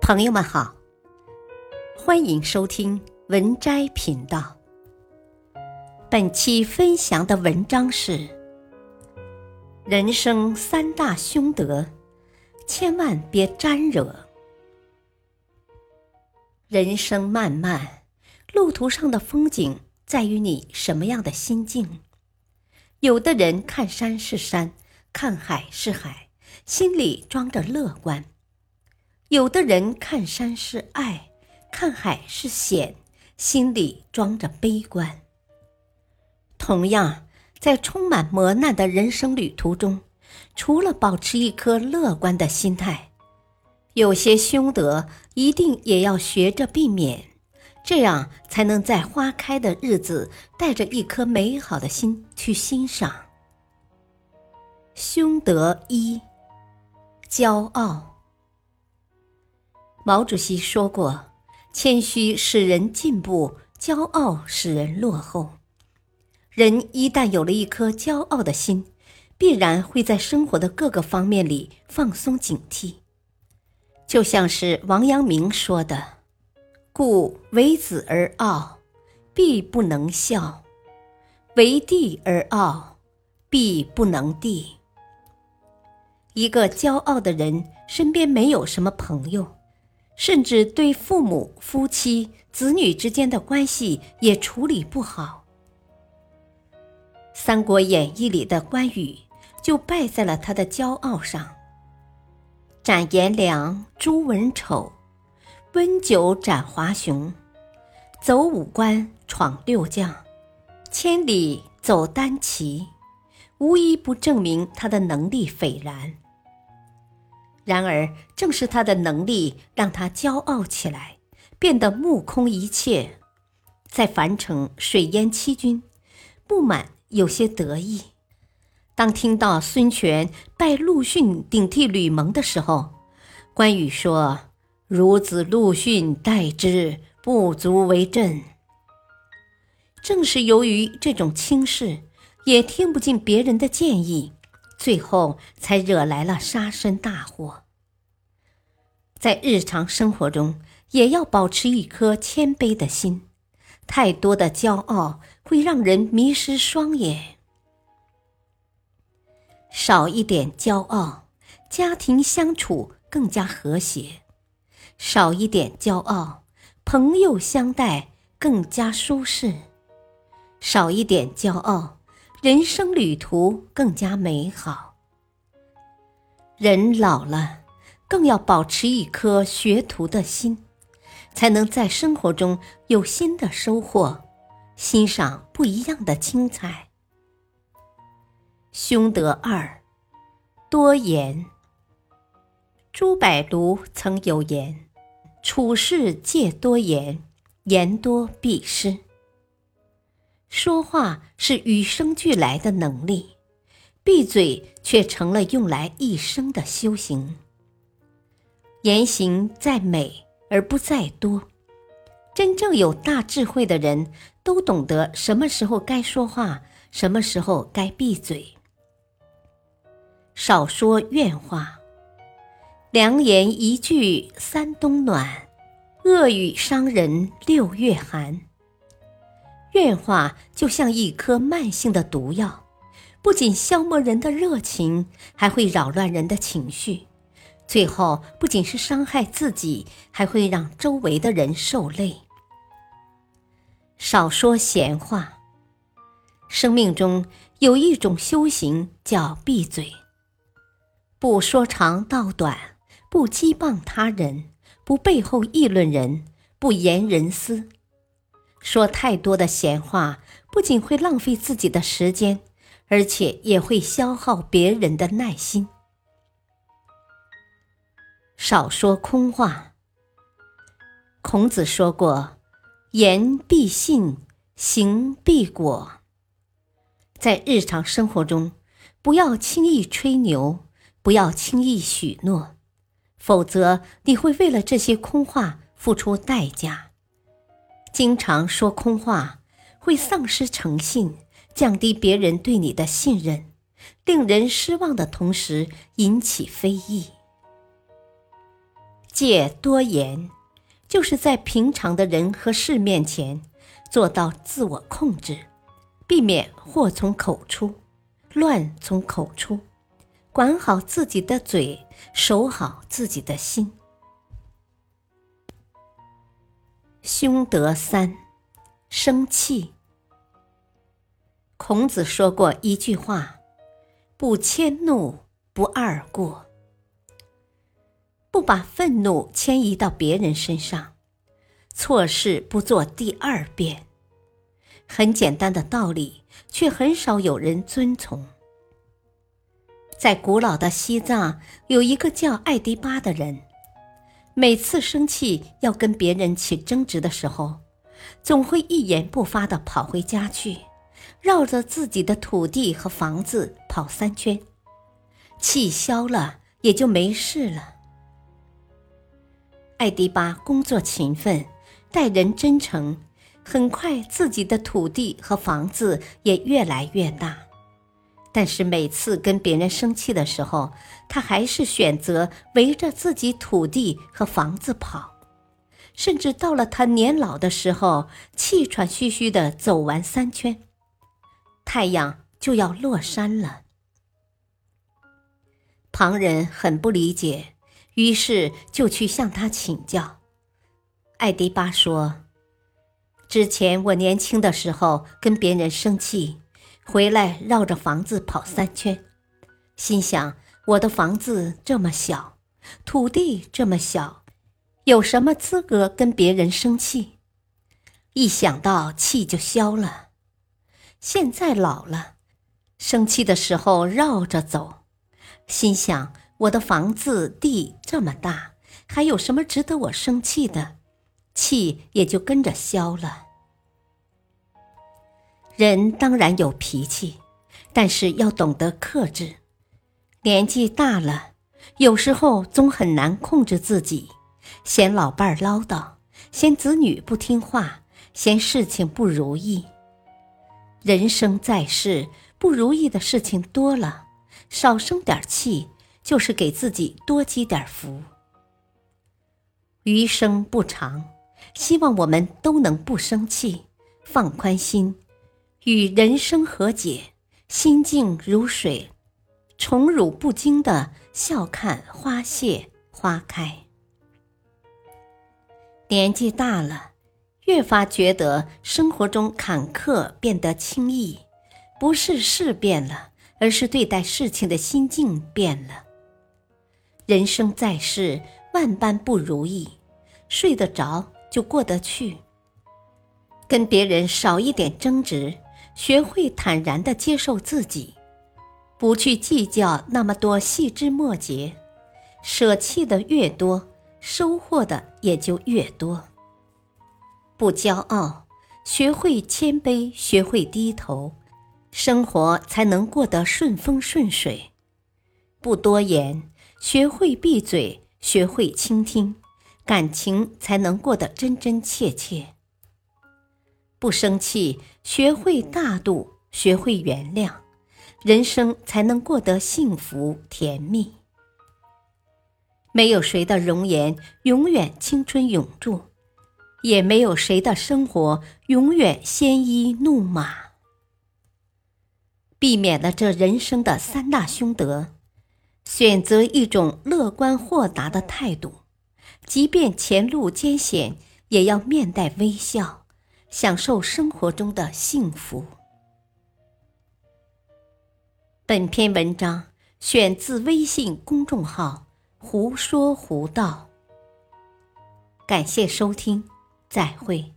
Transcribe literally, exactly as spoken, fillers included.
朋友们好，欢迎收听文摘频道。本期分享的文章是人生三大凶德，千万别沾惹。人生漫漫，路途上的风景在于你什么样的心境。有的人看山是山，看海是海，心里装着乐观；有的人看山是爱，看海是险，心里装着悲观。同样，在充满磨难的人生旅途中，除了保持一颗乐观的心态，有些凶德一定也要学着避免，这样才能在花开的日子带着一颗美好的心去欣赏。凶德一，骄傲。毛主席说过，谦虚使人进步，骄傲使人落后。人一旦有了一颗骄傲的心，必然会在生活的各个方面里放松警惕。就像是王阳明说的，故为子而傲，必不能孝；为弟而傲，必不能弟。一个骄傲的人，身边没有什么朋友，甚至对父母、夫妻、子女之间的关系也处理不好。《三国演义》里的关羽就败在了他的骄傲上。斩颜良，诛文丑，温酒斩华雄，走五关，闯六将，千里走单骑，无一不证明他的能力斐然。然而，正是他的能力让他骄傲起来，变得目空一切。在樊城水淹七军，不满有些得意。当听到孙权拜陆逊顶替吕蒙的时候，关羽说：“孺子陆逊代之，不足为震。”正是由于这种轻视，也听不进别人的建议，最后才惹来了杀身大祸。在日常生活中，也要保持一颗谦卑的心，太多的骄傲会让人迷失双眼。少一点骄傲，家庭相处更加和谐；少一点骄傲，朋友相待更加舒适；少一点骄傲，人生旅途更加美好。人老了，更要保持一颗学徒的心，才能在生活中有新的收获，欣赏不一样的精彩。凶德二，多言。朱柏庐曾有言：处事戒多言，言多必失。说话是与生俱来的能力，闭嘴却成了用来一生的修行。言行在美而不在多，真正有大智慧的人都懂得什么时候该说话，什么时候该闭嘴。少说怨话。良言一句三冬暖，恶语伤人六月寒。怨话就像一颗慢性的毒药，不仅消磨人的热情，还会扰乱人的情绪，最后不仅是伤害自己，还会让周围的人受累。少说闲话。生命中有一种修行叫闭嘴，不说长道短，不讥谤他人，不背后议论人，不言人私。说太多的闲话，不仅会浪费自己的时间，而且也会消耗别人的耐心。少说空话。孔子说过：“言必信，行必果。”在日常生活中，不要轻易吹牛，不要轻易许诺，否则你会为了这些空话付出代价。经常说空话，会丧失诚信，降低别人对你的信任，令人失望的同时引起非议。 戒多言，就是在平常的人和事面前做到自我控制，避免祸从口出，乱从口出，管好自己的嘴，守好自己的心。凶德三，生气。孔子说过一句话：不迁怒，不贰过。不把愤怒迁移到别人身上，错事不做第二遍。很简单的道理，却很少有人遵从。在古老的西藏，有一个叫艾迪巴的人，每次生气要跟别人起争执的时候，总会一言不发地跑回家去，绕着自己的土地和房子跑三圈，气消了也就没事了。艾迪巴工作勤奋，待人真诚，很快自己的土地和房子也越来越大。但是每次跟别人生气的时候，他还是选择围着自己土地和房子跑，甚至到了他年老的时候，气喘吁吁地走完三圈，太阳就要落山了。旁人很不理解，于是就去向他请教。艾迪巴说，之前我年轻的时候跟别人生气，回来绕着房子跑三圈，心想我的房子这么小，土地这么小，有什么资格跟别人生气？一想到气就消了。现在老了，生气的时候绕着走，心想我的房子地这么大，还有什么值得我生气的？气也就跟着消了。人当然有脾气，但是要懂得克制。年纪大了，有时候总很难控制自己，嫌老伴儿唠叨，嫌子女不听话，嫌事情不如意。人生在世，不如意的事情多了，少生点气，就是给自己多积点福。余生不长，希望我们都能不生气，放宽心，与人生和解，心静如水，宠辱不惊地笑看花谢花开。年纪大了，越发觉得生活中坎坷变得轻易，不是事变了，而是对待事情的心境变了。人生在世，万般不如意，睡得着就过得去。跟别人少一点争执，学会坦然地接受自己，不去计较那么多细枝末节，舍弃的越多，收获的也就越多。不骄傲，学会谦卑，学会低头，生活才能过得顺风顺水。不多言，学会闭嘴，学会倾听，感情才能过得真真切切。不生气，学会大度，学会原谅，人生才能过得幸福甜蜜。没有谁的容颜永远青春永驻，也没有谁的生活永远鲜衣怒马。避免了这人生的三大凶德，选择一种乐观豁达的态度，即便前路艰险，也要面带微笑，享受生活中的幸福。本篇文章选自微信公众号胡说胡道，感谢收听，再会。